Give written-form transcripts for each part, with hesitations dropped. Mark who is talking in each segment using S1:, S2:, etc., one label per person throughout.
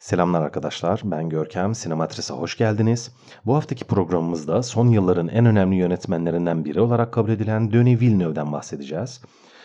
S1: Selamlar arkadaşlar, ben Görkem, Sinematris'e hoş geldiniz. Bu haftaki programımızda son yılların en önemli yönetmenlerinden biri olarak kabul edilen Denis Villeneuve'den bahsedeceğiz.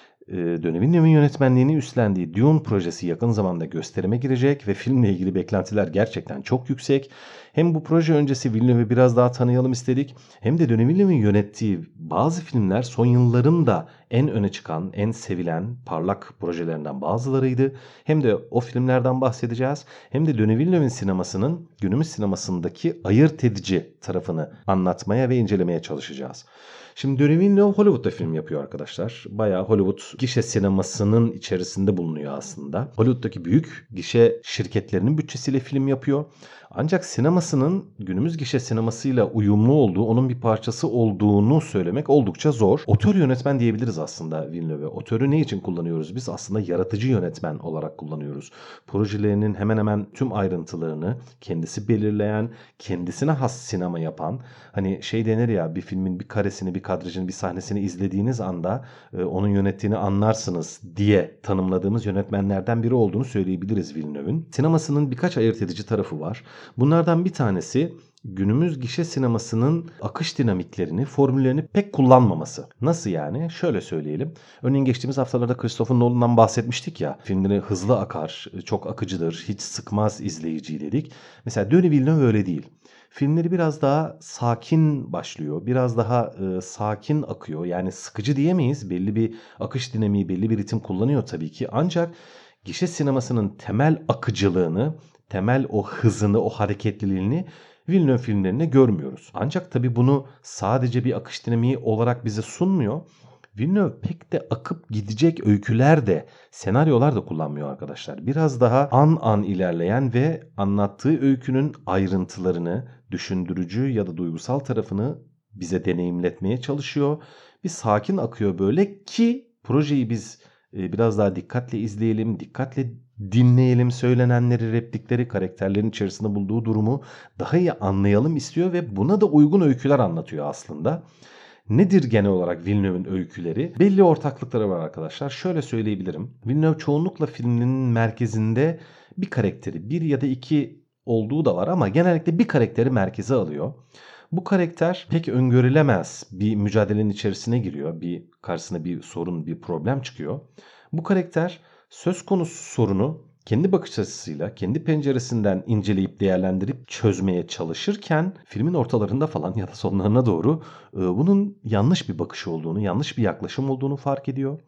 S1: Denis Villeneuve'ün yönetmenliğini üstlendiği Dune projesi yakın zamanda gösterime girecek ve filmle ilgili beklentiler gerçekten çok yüksek. Hem bu proje öncesi Villeneuve'ü biraz daha tanıyalım istedik, hem de Denis Villeneuve'ün yönettiği bazı filmler son yılların da en öne çıkan, en sevilen, parlak projelerinden bazılarıydı. Hem de o filmlerden bahsedeceğiz, hem de Denis Villeneuve'ün sinemasının günümüz sinemasındaki ayırt edici tarafını anlatmaya ve incelemeye çalışacağız. Şimdi Denis Villeneuve Hollywood'da film yapıyor arkadaşlar. Bayağı Hollywood gişe sinemasının içerisinde bulunuyor aslında. Hollywood'daki büyük gişe şirketlerinin bütçesiyle film yapıyor. Ancak sinemasının günümüz gişe sinemasıyla uyumlu olduğu, onun bir parçası olduğunu söylemek oldukça zor. Otör yönetmen diyebiliriz aslında Villeneuve'e. Otörü ne için kullanıyoruz biz? Aslında yaratıcı yönetmen olarak kullanıyoruz. Projelerinin hemen hemen tüm ayrıntılarını kendisi belirleyen, kendisine has sinema yapan, hani şey denir ya, bir filmin bir karesini, bir kadrajını, bir sahnesini izlediğiniz anda onun yönettiğini anlarsınız diye tanımladığımız yönetmenlerden biri olduğunu söyleyebiliriz Villeneuve'ün. Sinemasının birkaç ayırt edici tarafı var. Bunlardan bir tanesi günümüz gişe sinemasının akış dinamiklerini, formüllerini pek kullanmaması. Nasıl yani? Şöyle söyleyelim. Örneğin geçtiğimiz haftalarda Christopher Nolan'dan bahsetmiştik ya. Filmleri hızlı akar, çok akıcıdır, hiç sıkmaz izleyiciyi dedik. Mesela Denis Villeneuve öyle değil. Filmleri biraz daha sakin başlıyor. Biraz daha sakin akıyor. Yani sıkıcı diyemeyiz. Belli bir akış dinamiği, belli bir ritim kullanıyor tabii ki. Ancak gişe sinemasının temel akıcılığını, temel o hızını, o hareketliliğini Villeneuve filmlerinde görmüyoruz. Ancak tabii bunu sadece bir akış dinamiği olarak bize sunmuyor. Villeneuve pek de akıp gidecek öyküler de, senaryolar da kullanmıyor arkadaşlar. Biraz daha an an ilerleyen ve anlattığı öykünün ayrıntılarını, düşündürücü ya da duygusal tarafını bize deneyimletmeye çalışıyor. Bir sakin akıyor böyle ki projeyi biz biraz daha dikkatle izleyelim, dikkatle dinleyelim, söylenenleri, replikleri, karakterlerin içerisinde bulduğu durumu daha iyi anlayalım istiyor ve buna da uygun öyküler anlatıyor aslında. Nedir genel olarak Villeneuve'ün öyküleri? Belli ortaklıkları var arkadaşlar. Şöyle söyleyebilirim. Villeneuve çoğunlukla filminin merkezinde bir karakteri, bir ya da iki olduğu da var ama genellikle bir karakteri merkeze alıyor. Bu karakter pek öngörülemez bir mücadelenin içerisine giriyor. Bir karşısına bir sorun, bir problem çıkıyor. Bu karakter söz konusu sorunu kendi bakış açısıyla, kendi penceresinden inceleyip değerlendirip çözmeye çalışırken filmin ortalarında falan ya da sonlarına doğru bunun yanlış bir bakış olduğunu, yanlış bir yaklaşım olduğunu fark ediyor.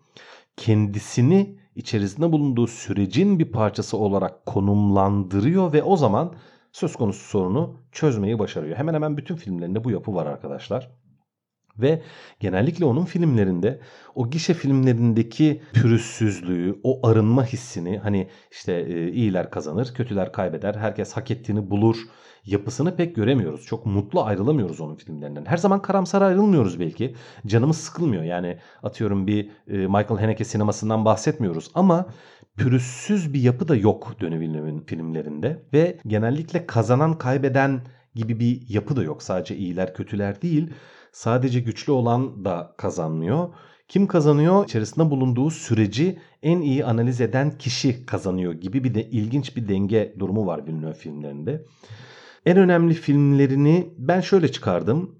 S1: Kendisini içerisinde bulunduğu sürecin bir parçası olarak konumlandırıyor ve o zaman söz konusu sorunu çözmeyi başarıyor. Hemen hemen bütün filmlerinde bu yapı var arkadaşlar. Ve genellikle onun filmlerinde o gişe filmlerindeki pürüzsüzlüğü, o arınma hissini, hani işte iyiler kazanır, kötüler kaybeder, herkes hak ettiğini bulur yapısını pek göremiyoruz. Çok mutlu ayrılamıyoruz onun filmlerinden. Her zaman karamsar ayrılmıyoruz belki. Canımız sıkılmıyor. Yani atıyorum bir Michael Haneke sinemasından bahsetmiyoruz ama pürüzsüz bir yapı da yok Denis Villeneuve'ün filmlerinde ve genellikle kazanan kaybeden gibi bir yapı da yok. Sadece iyiler kötüler değil. Sadece güçlü olan da kazanmıyor. Kim kazanıyor? İçerisinde bulunduğu süreci en iyi analiz eden kişi kazanıyor gibi bir de ilginç bir denge durumu var Villeneuve filmlerinde. En önemli filmlerini ben şöyle çıkardım.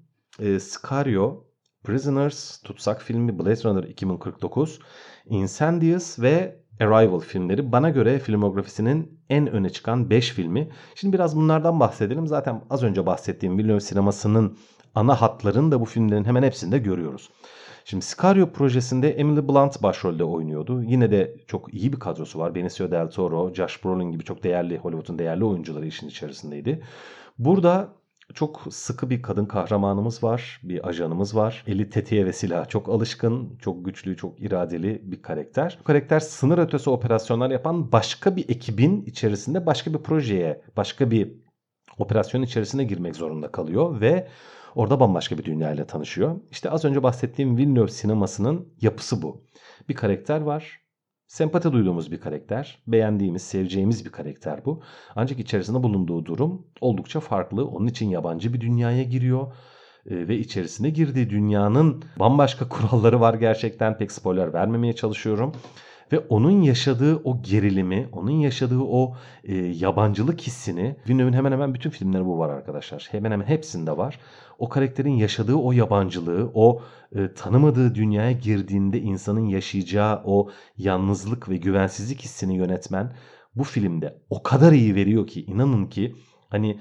S1: Sicario, Prisoners, Tutsak filmi, Blade Runner 2049, Incendious ve Arrival filmleri bana göre filmografisinin en öne çıkan 5 filmi. Şimdi biraz bunlardan bahsedelim. Zaten az önce bahsettiğim Villeneuve sinemasının ana hatlarını da bu filmlerin hemen hepsinde görüyoruz. Şimdi Sicario projesinde Emily Blunt başrolde oynuyordu. Yine de çok iyi bir kadrosu var. Benicio Del Toro, Josh Brolin gibi çok değerli, Hollywood'un değerli oyuncuları işin içerisindeydi. Burada çok sıkı bir kadın kahramanımız var, bir ajanımız var. Eli tetiğe ve silaha çok alışkın, çok güçlü, çok iradeli bir karakter. Bu karakter sınır ötesi operasyonlar yapan başka bir ekibin içerisinde başka bir projeye, başka bir operasyon içerisine girmek zorunda kalıyor ve orada bambaşka bir dünyayla tanışıyor. İşte az önce bahsettiğim Villeneuve sinemasının yapısı bu. Bir karakter var. Sempati duyduğumuz bir karakter. Beğendiğimiz, seveceğimiz bir karakter bu. Ancak içerisinde bulunduğu durum oldukça farklı. Onun için yabancı bir dünyaya giriyor. Ve içerisine girdiği dünyanın bambaşka kuralları var gerçekten. Pek spoiler vermemeye çalışıyorum. Ve onun yaşadığı o gerilimi, onun yaşadığı o yabancılık hissini, Villeneuve'ün hemen hemen bütün filmleri bu var arkadaşlar. Hemen hemen hepsinde var. O karakterin yaşadığı o yabancılığı, o tanımadığı dünyaya girdiğinde insanın yaşayacağı o yalnızlık ve güvensizlik hissini yönetmen bu filmde o kadar iyi veriyor ki, inanın ki hani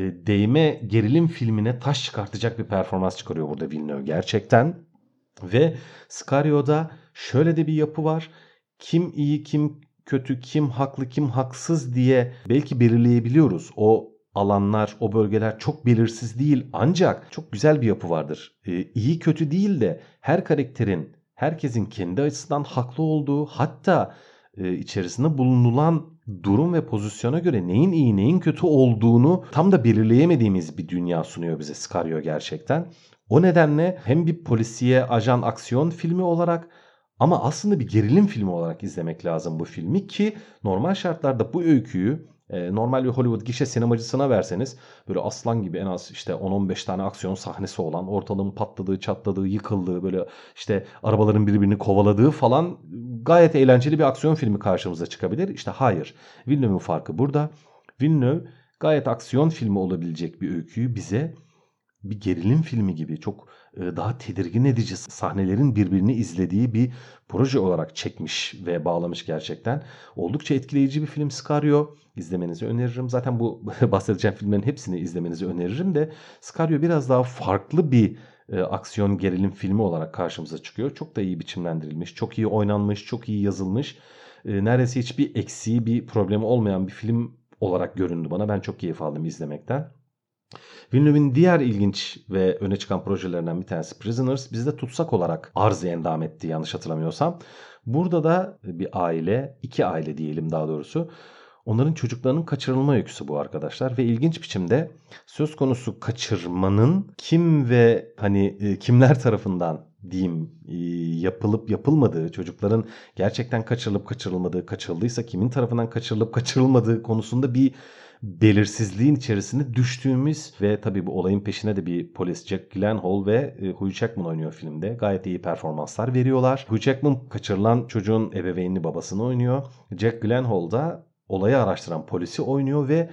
S1: değme gerilim filmine taş çıkartacak bir performans çıkarıyor burada Villeneuve gerçekten. Ve Scario'da şöyle de bir yapı var. Kim iyi, kim kötü, kim haklı, kim haksız diye belki belirleyebiliyoruz. O alanlar, o bölgeler çok belirsiz değil, ancak çok güzel bir yapı vardır. İyi kötü değil de her karakterin, herkesin kendi açısından haklı olduğu, hatta içerisinde bulunulan durum ve pozisyona göre neyin iyi neyin kötü olduğunu tam da belirleyemediğimiz bir dünya sunuyor bize Sicario gerçekten. O nedenle hem bir polisiye ajan aksiyon filmi olarak ama aslında bir gerilim filmi olarak izlemek lazım bu filmi ki normal şartlarda bu öyküyü normal bir Hollywood gişe sinemacısına verseniz böyle aslan gibi en az işte 10-15 tane aksiyon sahnesi olan, ortalığın patladığı, çatladığı, yıkıldığı, böyle işte arabaların birbirini kovaladığı falan gayet eğlenceli bir aksiyon filmi karşımıza çıkabilir. İşte hayır. Villeneuve'ün farkı burada. Villeneuve gayet aksiyon filmi olabilecek bir öyküyü bize bir gerilim filmi gibi çok daha tedirgin edici sahnelerin birbirini izlediği bir proje olarak çekmiş ve bağlamış gerçekten. Oldukça etkileyici bir film Sicario. İzlemenizi öneririm. Zaten bu bahsedeceğim filmlerin hepsini izlemenizi öneririm de Sicario biraz daha farklı bir aksiyon gerilim filmi olarak karşımıza çıkıyor. Çok da iyi biçimlendirilmiş, çok iyi oynanmış, çok iyi yazılmış. Neredeyse hiçbir eksiği, bir problemi olmayan bir film olarak göründü bana. Ben çok keyif aldım izlemekten. Villeneuve'in diğer ilginç ve öne çıkan projelerinden bir tanesi Prisoners. Bizde tutsak olarak arz endam etti yanlış hatırlamıyorsam. Burada da bir aile, iki aile diyelim daha doğrusu. Onların çocuklarının kaçırılma öyküsü bu arkadaşlar ve ilginç biçimde söz konusu kaçırmanın kim ve hani kimler tarafından diyeyim yapılıp yapılmadığı, çocukların gerçekten kaçırılıp kaçırılmadığı, kaçırıldıysa kimin tarafından kaçırılıp kaçırılmadığı konusunda bir belirsizliğin içerisinde düştüğümüz ve tabii bu olayın peşine de bir polis Jack Gyllenhaal ve Hugh Jackman oynuyor filmde. Gayet iyi performanslar veriyorlar. Hugh Jackman kaçırılan çocuğun ebeveynini, babasını oynuyor. Jack Gyllenhaal da olayı araştıran polisi oynuyor ve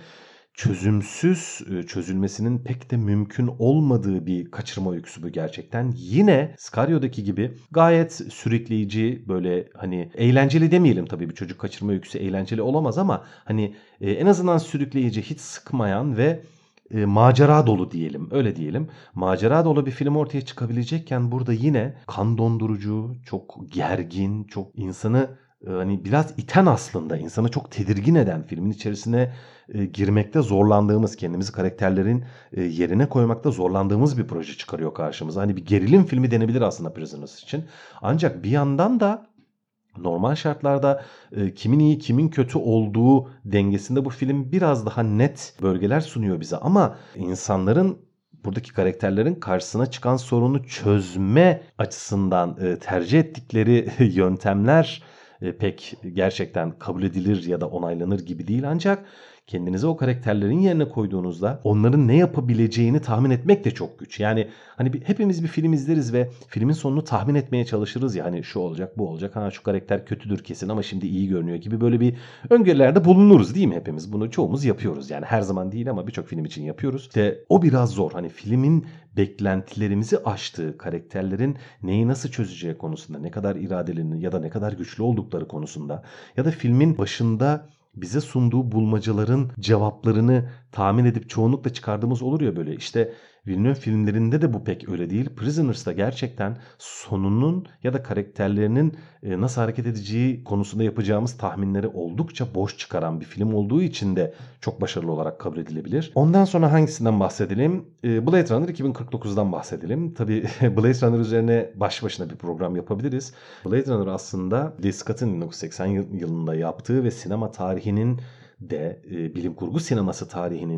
S1: çözümsüz, çözülmesinin pek de mümkün olmadığı bir kaçırma öyküsü bu gerçekten. Yine Sicario'daki gibi gayet sürükleyici, böyle hani eğlenceli demeyelim, tabii bir çocuk kaçırma öyküsü eğlenceli olamaz ama hani en azından sürükleyici, hiç sıkmayan ve macera dolu diyelim, öyle diyelim. Macera dolu bir film ortaya çıkabilecekken burada yine kan dondurucu, çok gergin, çok insanı hani biraz iten, aslında insanı çok tedirgin eden, filmin içerisine girmekte zorlandığımız, kendimizi karakterlerin yerine koymakta zorlandığımız bir proje çıkarıyor karşımıza. Hani bir gerilim filmi denebilir aslında Prisoners için. Ancak bir yandan da normal şartlarda kimin iyi kimin kötü olduğu dengesinde bu film biraz daha net bölgeler sunuyor bize. Ama insanların, buradaki karakterlerin karşısına çıkan sorunu çözme açısından tercih ettikleri yöntemler pek gerçekten kabul edilir ya da onaylanır gibi değil. Ancak kendinizi o karakterlerin yerine koyduğunuzda onların ne yapabileceğini tahmin etmek de çok güç. Yani hani hepimiz bir film izleriz ve filmin sonunu tahmin etmeye çalışırız ya, hani şu olacak, bu olacak, ha şu karakter kötüdür kesin ama şimdi iyi görünüyor gibi, böyle bir öngörülerde bulunuruz değil mi hepimiz? Bunu çoğumuz yapıyoruz. Yani her zaman değil ama birçok film için yapıyoruz. İşte o biraz zor. Hani filmin beklentilerimizi aştığı, karakterlerin neyi nasıl çözeceği konusunda, ne kadar iradeli ya da ne kadar güçlü oldukları konusunda ya da filmin başında bize sunduğu bulmacaların cevaplarını tahmin edip çoğunlukla çıkardığımız olur ya böyle. İşte Villeneuve filmlerinde de bu pek öyle değil. Prisoners'ta gerçekten sonunun ya da karakterlerinin nasıl hareket edeceği konusunda yapacağımız tahminleri oldukça boş çıkaran bir film olduğu için de çok başarılı olarak kabul edilebilir. Ondan sonra hangisinden bahsedelim? Blade Runner 2049'dan bahsedelim. Tabii Blade Runner üzerine baş başına bir program yapabiliriz. Blade Runner aslında Ridley Scott'ın 1980 yılında yaptığı ve sinema tarihinin de bilim kurgu sineması tarihinin de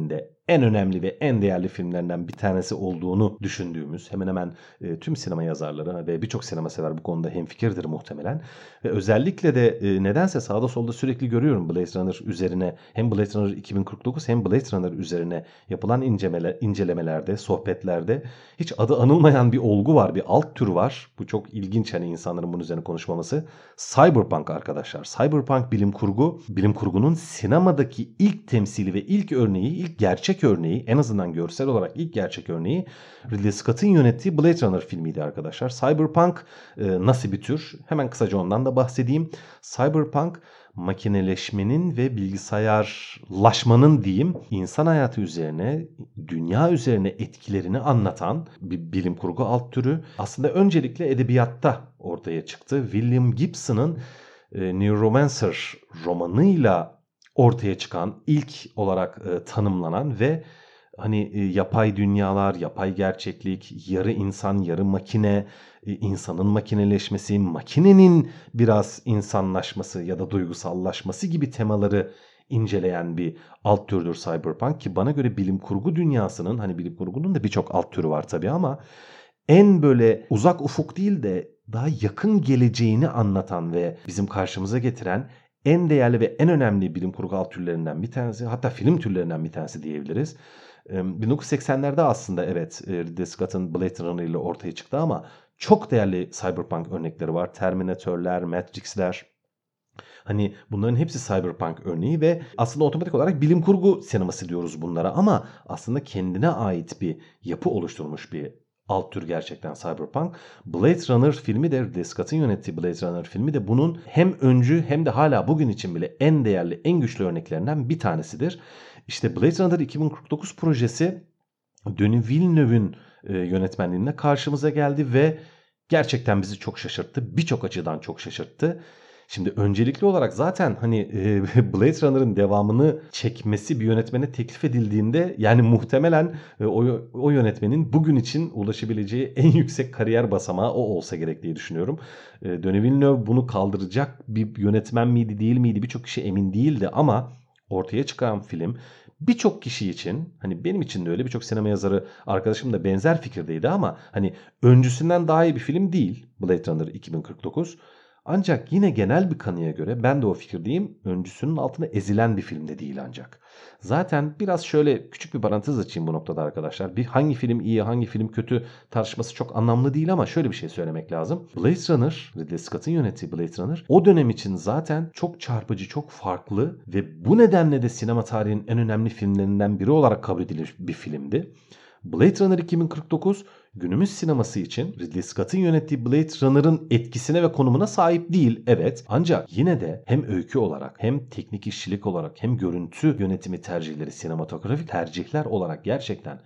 S1: en önemli ve en değerli filmlerinden bir tanesi olduğunu düşündüğümüz hemen hemen tüm sinema yazarları ve birçok sinema sever bu konuda hemfikirdir muhtemelen. Ve özellikle de nedense sağda solda sürekli görüyorum Blade Runner üzerine hem Blade Runner 2049 hem Blade Runner üzerine yapılan incelemelerde, sohbetlerde hiç adı anılmayan bir olgu var, bir alt tür var. Bu çok ilginç hani insanların bunun üzerine konuşmaması. Cyberpunk arkadaşlar. Cyberpunk bilim kurgu, bilim kurgunun sinemadaki ilk temsili ve ilk örneği, ilk gerçek örneği, en azından görsel olarak ilk gerçek örneği Ridley Scott'ın yönettiği Blade Runner filmiydi arkadaşlar. Cyberpunk nasıl bir tür? Hemen kısaca ondan da bahsedeyim. Cyberpunk makineleşmenin ve bilgisayarlaşmanın diyeyim insan hayatı üzerine, dünya üzerine etkilerini anlatan bir bilim kurgu alt türü. Aslında öncelikle edebiyatta ortaya çıktı. William Gibson'ın Neuromancer romanıyla ortaya çıkan, ilk olarak tanımlanan ve hani yapay dünyalar, yapay gerçeklik, yarı insan, yarı makine, insanın makineleşmesi, makinenin biraz insanlaşması ya da duygusallaşması gibi temaları inceleyen bir alt türdür Cyberpunk ki bana göre bilim kurgu dünyasının hani bilim kurgunun da birçok alt türü var tabii ama en böyle uzak ufuk değil de daha yakın geleceğini anlatan ve bizim karşımıza getiren en değerli ve en önemli bilim kurgu alt türlerinden bir tanesi, hatta film türlerinden bir tanesi diyebiliriz. 1980'lerde aslında evet Ridley Scott'ın Blade Runner ile ortaya çıktı ama çok değerli Cyberpunk örnekleri var. Terminator'ler, Matrix'ler. Hani bunların hepsi Cyberpunk örneği ve aslında otomatik olarak bilim kurgu sineması diyoruz bunlara ama aslında kendine ait bir yapı oluşturmuş bir alt tür gerçekten Cyberpunk. Blade Runner filmi de Ridley Scott'ın yönettiği Blade Runner filmi de bunun hem öncü hem de hala bugün için bile en değerli, en güçlü örneklerinden bir tanesidir. İşte Blade Runner 2049 projesi Denis Villeneuve'ün yönetmenliğinde karşımıza geldi ve gerçekten bizi çok şaşırttı. Birçok açıdan çok şaşırttı. Şimdi öncelikli olarak zaten hani Blade Runner'ın devamını çekmesi bir yönetmene teklif edildiğinde yani muhtemelen o yönetmenin bugün için ulaşabileceği en yüksek kariyer basamağı o olsa gerek diye düşünüyorum. Denis Villeneuve bunu kaldıracak bir yönetmen miydi değil miydi birçok kişi emin değildi ama ortaya çıkan film birçok kişi için hani benim için de öyle birçok sinema yazarı arkadaşım da benzer fikirdeydi ama hani öncüsünden daha iyi bir film değil Blade Runner 2049. Ancak yine genel bir kanıya göre ben de o fikirdeyim. Öncüsünün altına ezilen bir film de değil ancak. Zaten biraz şöyle küçük bir parantez açayım bu noktada arkadaşlar. Bir hangi film iyi, hangi film kötü tartışması çok anlamlı değil ama şöyle bir şey söylemek lazım. Blade Runner, Ridley Scott'ın yönettiği Blade Runner o dönem için zaten çok çarpıcı, çok farklı ve bu nedenle de sinema tarihinin en önemli filmlerinden biri olarak kabul edilir bir filmdi. Blade Runner 2049 günümüz sineması için Ridley Scott'ın yönettiği Blade Runner'ın etkisine ve konumuna sahip değil evet. Ancak yine de hem öykü olarak hem teknik işçilik olarak hem görüntü yönetimi tercihleri, sinematografik tercihler olarak gerçekten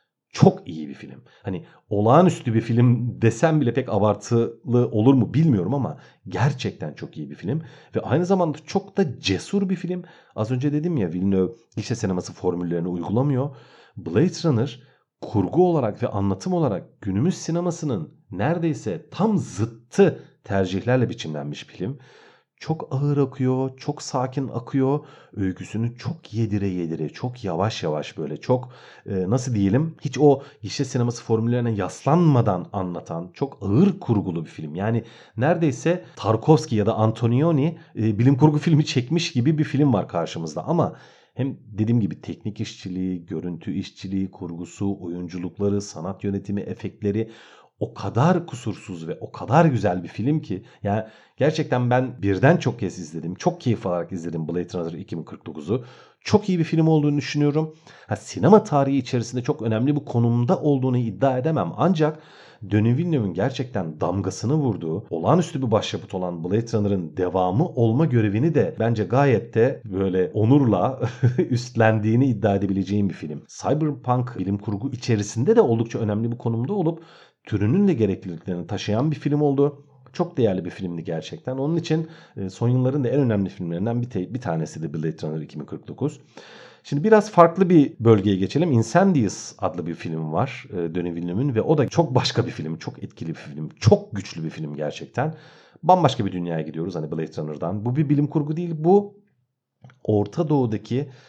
S1: çok iyi bir film. Hani olağanüstü bir film desem bile pek abartılı olur mu bilmiyorum ama gerçekten çok iyi bir film. Ve aynı zamanda çok da cesur bir film. Az önce dedim ya Villeneuve gişe sineması formüllerini uygulamıyor. Blade Runner kurgu olarak ve anlatım olarak günümüz sinemasının neredeyse tam zıttı tercihlerle biçimlenmiş bir film. Çok ağır akıyor, çok sakin akıyor. Öyküsünü çok yedire yedire, çok yavaş yavaş böyle çok nasıl diyelim hiç o gişe sineması formüllerine yaslanmadan anlatan çok ağır kurgulu bir film. Yani neredeyse Tarkovski ya da Antonioni bilim kurgu filmi çekmiş gibi bir film var karşımızda ama hem dediğim gibi teknik işçiliği, görüntü işçiliği, kurgusu, oyunculukları, sanat yönetimi, efektleri o kadar kusursuz ve o kadar güzel bir film ki yani gerçekten ben birden çok kez izledim. Çok keyif alarak izledim Blade Runner 2049'u. Çok iyi bir film olduğunu düşünüyorum. Sinema tarihi içerisinde çok önemli bir konumda olduğunu iddia edemem. Ancak Denis Villeneuve'ün gerçekten damgasını vurduğu, olağanüstü bir başyapıt olan Blade Runner'ın devamı olma görevini de bence gayet de böyle onurla üstlendiğini iddia edebileceğim bir film. Cyberpunk bilim kurgu içerisinde de oldukça önemli bir konumda olup türünün de gerekliliklerini taşıyan bir film oldu. Çok değerli bir filmdi gerçekten. Onun için son yılların da en önemli filmlerinden bir tanesi de Blade Runner 2049. Şimdi biraz farklı bir bölgeye geçelim. Incendious adlı bir film var Denis Villeneuve'ün ve o da çok başka bir film. Çok etkili bir film. Çok güçlü bir film gerçekten. Bambaşka bir dünyaya gidiyoruz hani Blade Runner'dan. Bu bir bilim kurgu değil. Bu Orta Doğu'daki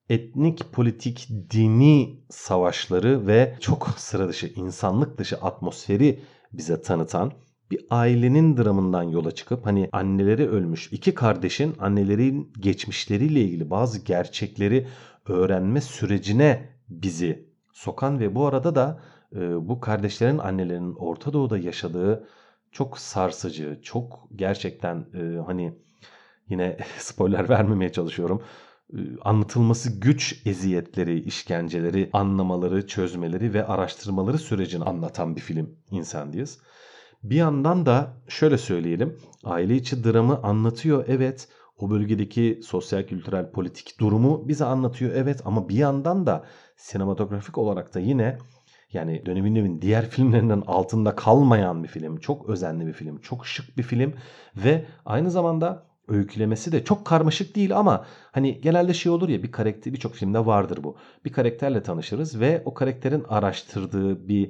S1: etnik, politik, dini savaşları ve çok sıra dışı, insanlık dışı atmosferi bize tanıtan bir ailenin dramından yola çıkıp hani anneleri ölmüş iki kardeşin annelerin geçmişleriyle ilgili bazı gerçekleri öğrenme sürecine bizi sokan ve bu arada da bu kardeşlerin annelerinin Orta Doğu'da yaşadığı çok sarsıcı, çok gerçekten hani yine spoiler vermemeye çalışıyorum. Anlatılması güç eziyetleri, işkenceleri, anlamaları, çözmeleri ve araştırmaları sürecini anlatan bir film İnsandiyiz. Bir yandan da şöyle söyleyelim, aile içi dramı anlatıyor evet, o bölgedeki sosyal, kültürel, politik durumu bize anlatıyor evet, ama bir yandan da sinematografik olarak da yine yani Denis Villeneuve'in diğer filmlerinden altında kalmayan bir film, çok özenli bir film, çok şık bir film ve aynı zamanda öykülemesi de çok karmaşık değil ama hani genelde şey olur ya, bir karakter, birçok filmde vardır bu. Bir karakterle tanışırız ve o karakterin araştırdığı bir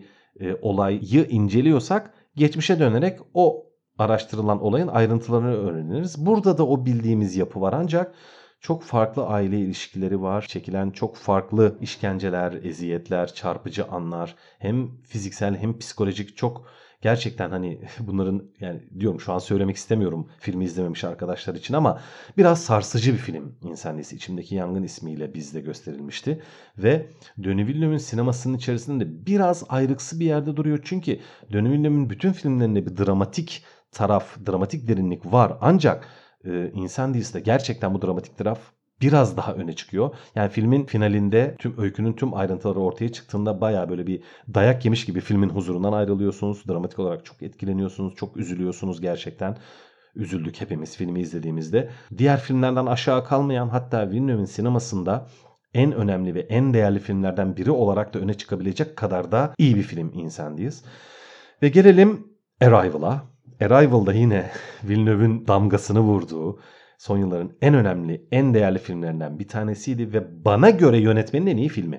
S1: olayı inceliyorsak geçmişe dönerek o araştırılan olayın ayrıntılarını öğreniriz. Burada da o bildiğimiz yapı var ancak çok farklı aile ilişkileri var. Çekilen çok farklı işkenceler, eziyetler, çarpıcı anlar. Hem fiziksel hem psikolojik, çok gerçekten hani bunların, yani diyorum şu an söylemek istemiyorum filmi izlememiş arkadaşlar için ama biraz sarsıcı bir film İnsan Dizisi. İçimdeki Yangın ismiyle bizde gösterilmişti. Ve Denis Villeneuve'ün sinemasının içerisinde biraz ayrıksı bir yerde duruyor. Çünkü Denis Villeneuve'ün bütün filmlerinde bir dramatik taraf, dramatik derinlik var. Ancak Incendies'te gerçekten bu dramatik taraf biraz daha öne çıkıyor. Yani filmin finalinde tüm öykünün tüm ayrıntıları ortaya çıktığında baya böyle bir dayak yemiş gibi filmin huzurundan ayrılıyorsunuz. Dramatik olarak çok etkileniyorsunuz, çok üzülüyorsunuz gerçekten. Üzüldük hepimiz filmi izlediğimizde. Diğer filmlerden aşağı kalmayan, hatta Villeneuve'in sinemasında en önemli ve en değerli filmlerden biri olarak da öne çıkabilecek kadar da iyi bir film Incendies. Ve gelelim Arrival'a. Arrival'da yine Villeneuve'ün damgasını vurduğu son yılların en önemli, en değerli filmlerinden bir tanesiydi ve bana göre yönetmenin en iyi filmi.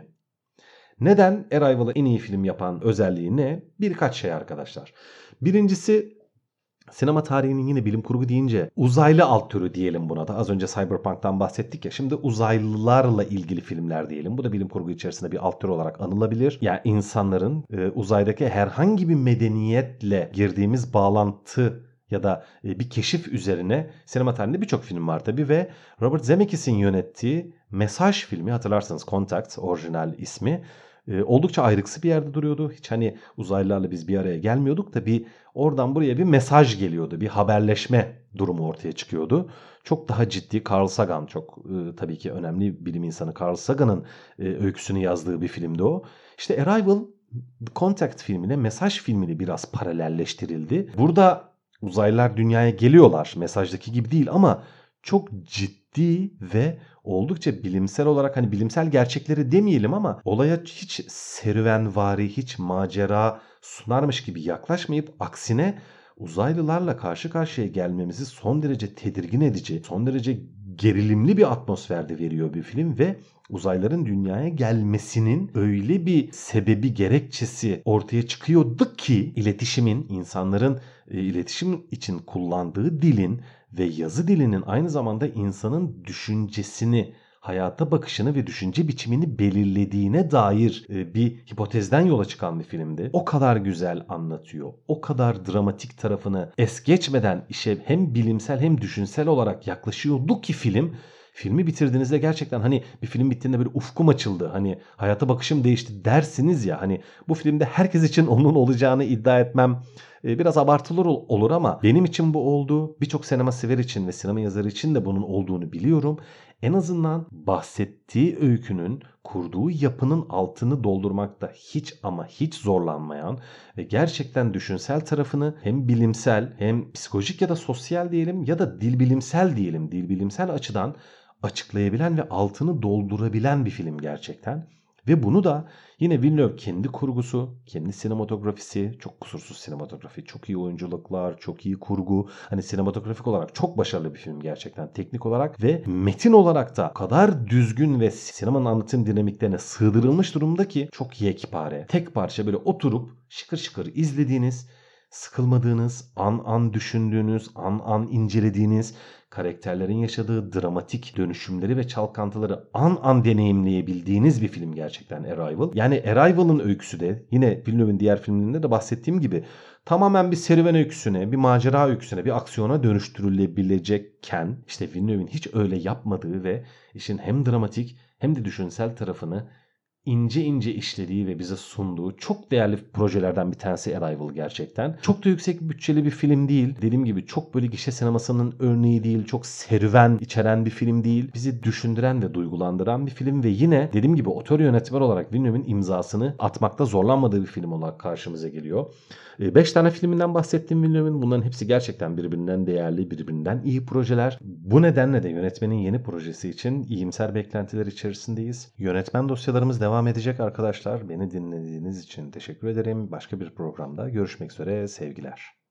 S1: Neden Arrival'ı en iyi film yapan özelliği ne? Birkaç şey arkadaşlar. Birincisi, sinema tarihinin yine bilim kurgu deyince uzaylı alt türü diyelim buna da. Az önce Cyberpunk'tan bahsettik ya. Şimdi uzaylılarla ilgili filmler diyelim. Bu da bilim kurgu içerisinde bir alt tür olarak anılabilir. Yani insanların uzaydaki herhangi bir medeniyetle girdiğimiz bağlantı ya da bir keşif üzerine sinema tarihinde birçok film var tabii ve Robert Zemeckis'in yönettiği Mesaj filmi, hatırlarsanız Contact orijinal ismi, oldukça ayrıksı bir yerde duruyordu. Hiç hani uzaylılarla biz bir araya gelmiyorduk da bir oradan buraya bir mesaj geliyordu. Bir haberleşme durumu ortaya çıkıyordu. Çok daha ciddi, Carl Sagan, çok tabii ki önemli bilim insanı Carl Sagan'ın öyküsünü yazdığı bir filmdi o. İşte Arrival Contact filmiyle, Mesaj filmiyle biraz paralelleştirildi. Burada uzaylılar dünyaya geliyorlar. Mesajdaki gibi değil ama çok ciddi ve oldukça bilimsel olarak, hani bilimsel gerçekleri demeyelim ama olaya hiç serüvenvari, hiç macera sunarmış gibi yaklaşmayıp aksine uzaylılarla karşı karşıya gelmemizi son derece tedirgin edici, son derece gerilimli bir atmosferde veriyor bir film ve uzaylıların dünyaya gelmesinin öyle bir sebebi, gerekçesi ortaya çıkıyordu ki insanların iletişim için kullandığı dilin ve yazı dilinin aynı zamanda insanın düşüncesini, hayata bakışını ve düşünce biçimini belirlediğine dair bir hipotezden yola çıkan bir filmdi. O kadar güzel anlatıyor, o kadar dramatik tarafını es geçmeden işe hem bilimsel hem düşünsel olarak yaklaşıyordu ki filmi bitirdiğinizde gerçekten hani bir film bittiğinde böyle ufkum açıldı, hani hayata bakışım değişti dersiniz ya, hani bu filmde herkes için onun olacağını iddia etmem biraz abartılı olur ama benim için bu oldu. Birçok sinema sever için ve sinema yazarı için de bunun olduğunu biliyorum. En azından bahsettiği öykünün, kurduğu yapının altını doldurmakta hiç ama hiç zorlanmayan ve gerçekten düşünsel tarafını hem bilimsel hem psikolojik ya da sosyal diyelim ya da dilbilimsel diyelim, dilbilimsel açıdan açıklayabilen ve altını doldurabilen bir film gerçekten. Ve bunu da yine Villeneuve kendi kurgusu, kendi sinematografisi, çok kusursuz sinematografi, çok iyi oyunculuklar, çok iyi kurgu. Hani sinematografik olarak çok başarılı bir film gerçekten, teknik olarak ve metin olarak da o kadar düzgün ve sinemanın anlatım dinamiklerine sığdırılmış durumda ki çok yekpare. Tek parça böyle oturup şıkır şıkır izlediğiniz, sıkılmadığınız, an an düşündüğünüz, an an incelediğiniz, karakterlerin yaşadığı dramatik dönüşümleri ve çalkantıları an an deneyimleyebildiğiniz bir film gerçekten Arrival. Yani Arrival'ın öyküsü de yine Villeneuve'in diğer filmlerinde de bahsettiğim gibi tamamen bir serüven öyküsüne, bir macera öyküsüne, bir aksiyona dönüştürülebilecekken işte Villeneuve'in hiç öyle yapmadığı ve işin hem dramatik hem de düşünsel tarafını ince ince işlediği ve bize sunduğu çok değerli projelerden bir tanesi Arrival gerçekten. Çok da yüksek bütçeli bir film değil. Dediğim gibi çok böyle gişe sinemasının örneği değil. Çok serüven içeren bir film değil. Bizi düşündüren ve duygulandıran bir film ve yine dediğim gibi otör yönetmen olarak Villeneuve'in imzasını atmakta zorlanmadığı bir film olarak karşımıza geliyor. 5 tane filminden bahsettiğim Villeneuve'in bunların hepsi gerçekten birbirinden değerli, birbirinden iyi projeler. Bu nedenle de yönetmenin yeni projesi için iyimser beklentiler içerisindeyiz. Yönetmen dosyalarımız devam edecek arkadaşlar. Beni dinlediğiniz için teşekkür ederim. Başka bir programda görüşmek üzere. Sevgiler.